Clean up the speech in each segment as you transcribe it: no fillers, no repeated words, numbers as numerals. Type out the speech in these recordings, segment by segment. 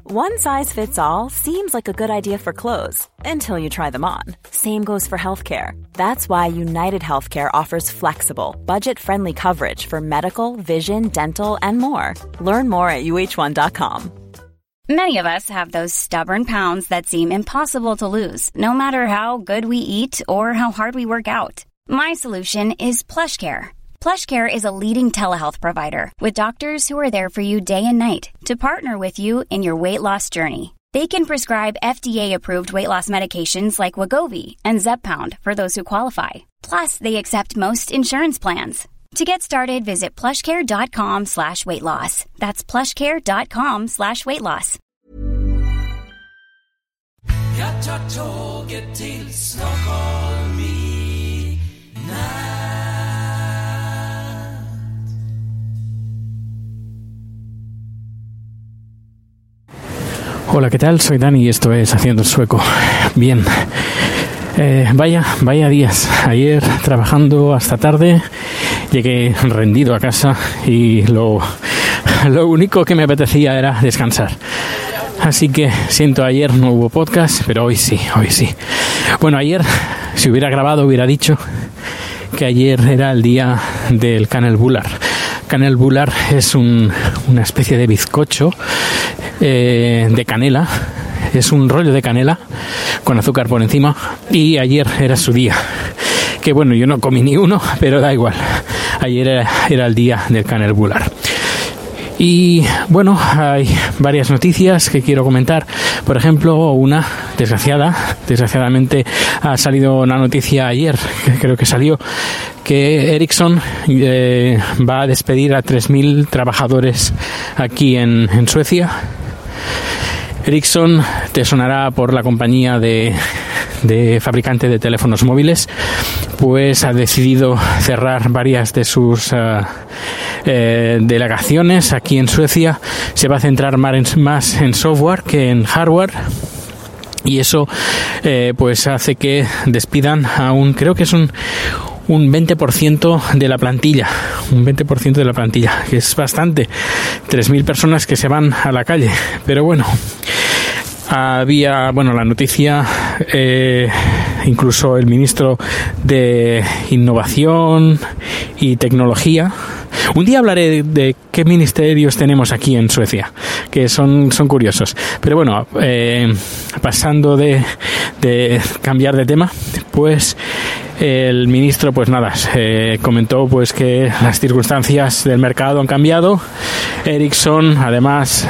One size fits all seems like a good idea for clothes until you try them on. Same goes for healthcare. That's why United Healthcare offers flexible, budget-friendly coverage for medical, vision, dental, and more. Learn more at uh1.com. Many of us have those stubborn pounds that seem impossible to lose, no matter how good we eat or how hard we work out. My solution is PlushCare. PlushCare is a leading telehealth provider with doctors who are there for you day and night to partner with you in your weight loss journey. They can prescribe FDA-approved weight loss medications like Wegovy and Zepbound for those who qualify. Plus, they accept most insurance plans. To get started, visit plushcare.com/weightloss. That's plushcare.com/weightloss. Jag tar tåget till Stockholm i natt. Hola, ¿qué tal? Soy Dani y esto es Haciendo el Sueco. Bien, vaya días. Ayer trabajando hasta tarde, llegué rendido a casa y lo único que me apetecía era descansar. Así que siento, ayer no hubo podcast, pero hoy sí. Bueno, ayer, si hubiera grabado, hubiera dicho que ayer era el día del Kanelbullar. Kanelbullar es una especie de bizcocho de canela. Es un rollo de canela con azúcar por encima, y ayer era su día. Que bueno, yo no comí ni uno, pero da igual. Ayer era el día del Kanelbullar. Y bueno, hay varias noticias que quiero comentar. Por ejemplo, una desgraciadamente ha salido una noticia ayer, que creo que salió, que Ericsson va a despedir a 3.000 trabajadores aquí en Suecia. Ericsson te sonará por la compañía de fabricante de teléfonos móviles, pues ha decidido cerrar varias de sus delegaciones aquí en Suecia. Se va a centrar más en software que en hardware, y eso pues hace que despidan creo que es un 20% de la plantilla, que es bastante. 3.000 personas que se van a la calle, pero bueno. Había, la noticia, incluso el ministro de Innovación y Tecnología. Un día hablaré de qué ministerios tenemos aquí en Suecia, que son curiosos. Pero bueno, pasando de cambiar de tema, pues el ministro, comentó pues que las circunstancias del mercado han cambiado. Ericsson, además,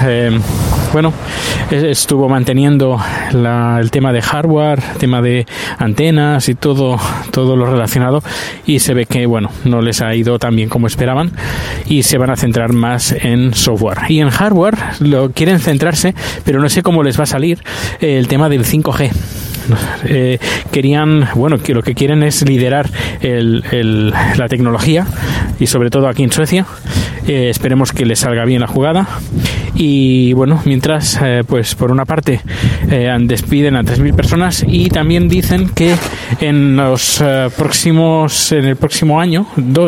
estuvo manteniendo el tema de hardware, tema de antenas y todo lo relacionado, y se ve que no les ha ido tan bien como esperaban, y se van a centrar más en software. Y en hardware lo quieren centrarse, pero no sé cómo les va a salir el tema del 5G. Lo que quieren es liderar la tecnología, y sobre todo aquí en Suecia. Esperemos que les salga bien la jugada. Y mientras, por una parte despiden a 3.000 personas, y también dicen que en el próximo año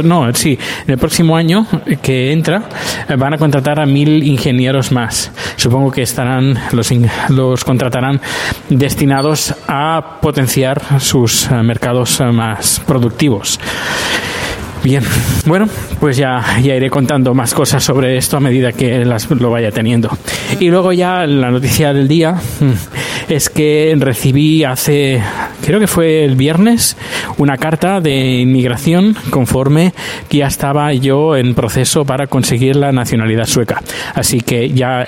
que entra, van a contratar a 1.000 ingenieros más. Supongo que los contratarán destinados a potenciar sus mercados más productivos. Bien, pues ya iré contando más cosas sobre esto a medida que lo vaya teniendo. Y luego ya la noticia del día es que recibí creo que fue el viernes, una carta de inmigración conforme que ya estaba yo en proceso para conseguir la nacionalidad sueca. Así que ya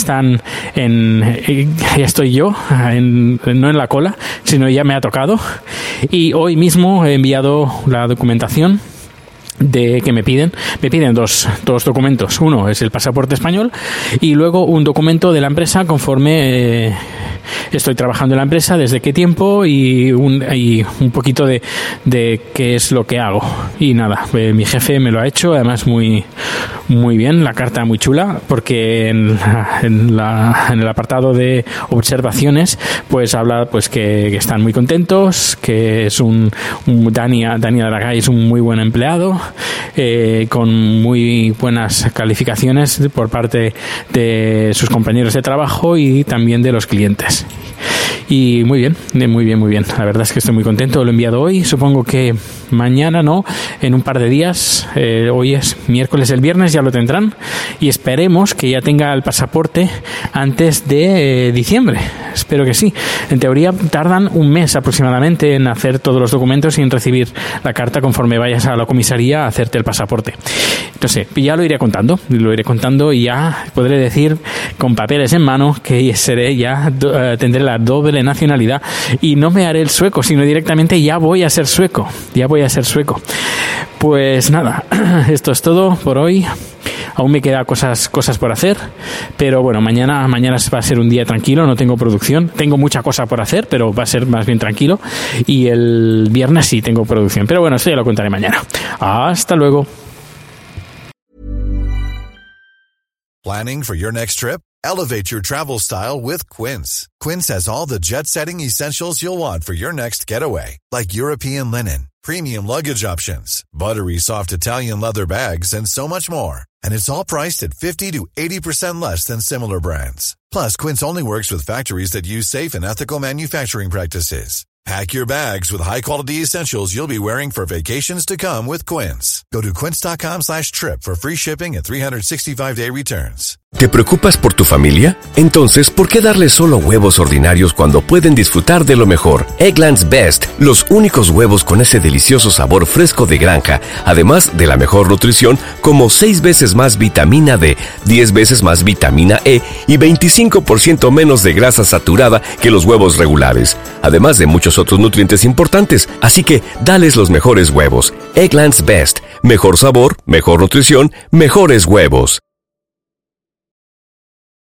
ya estoy yo, no en la cola, sino ya me ha tocado. Y hoy mismo he enviado la documentación que me piden dos documentos. Uno es el pasaporte español, y luego un documento de la empresa conforme estoy trabajando en la empresa, desde qué tiempo y un poquito de qué es lo que hago. Y nada, mi jefe me lo ha hecho, además muy bien, la carta muy chula, porque en el apartado de observaciones pues habla pues que están muy contentos, que es Dani Aragay es un muy buen empleado, con muy buenas calificaciones por parte de sus compañeros de trabajo y también de los clientes. Y muy bien. La verdad es que estoy muy contento. Lo he enviado hoy. Supongo que mañana no, en un par de días. Hoy es miércoles, el viernes ya lo tendrán. Y esperemos que ya tenga el pasaporte antes de diciembre. Espero que sí. En teoría tardan un mes aproximadamente en hacer todos los documentos y en recibir la carta conforme vayas a la comisaría a hacerte el pasaporte. Entonces, ya lo iré contando y ya podré decir con papeles en mano que tendré la doble nacionalidad y no me haré el sueco, sino directamente ya voy a ser sueco. Pues nada, esto es todo por hoy. Aún me quedan cosas por hacer, pero bueno, mañana va a ser un día tranquilo, no tengo producción, tengo mucha cosa por hacer, pero va a ser más bien tranquilo, y el viernes sí tengo producción, pero bueno, esto ya lo contaré mañana. Hasta luego. Planning for your next trip? Elevate your travel style with Quince. Quince has all the jet-setting essentials you'll want for your next getaway, like European linen, premium luggage options, buttery soft Italian leather bags, and so much more. And it's all priced at 50 to 80% less than similar brands. Plus, Quince only works with factories that use safe and ethical manufacturing practices. Pack your bags with high-quality essentials you'll be wearing for vacations to come with Quince. Go to quince.com/trip for free shipping and 365-day returns. ¿Te preocupas por tu familia? Entonces, ¿por qué darles solo huevos ordinarios cuando pueden disfrutar de lo mejor? Eggland's Best, los únicos huevos con ese delicioso sabor fresco de granja, además de la mejor nutrición, como 6 veces más vitamina D, 10 veces más vitamina E y 25% menos de grasa saturada que los huevos regulares, además de muchos otros nutrientes importantes. Así que, dales los mejores huevos. Eggland's Best, mejor sabor, mejor nutrición, mejores huevos.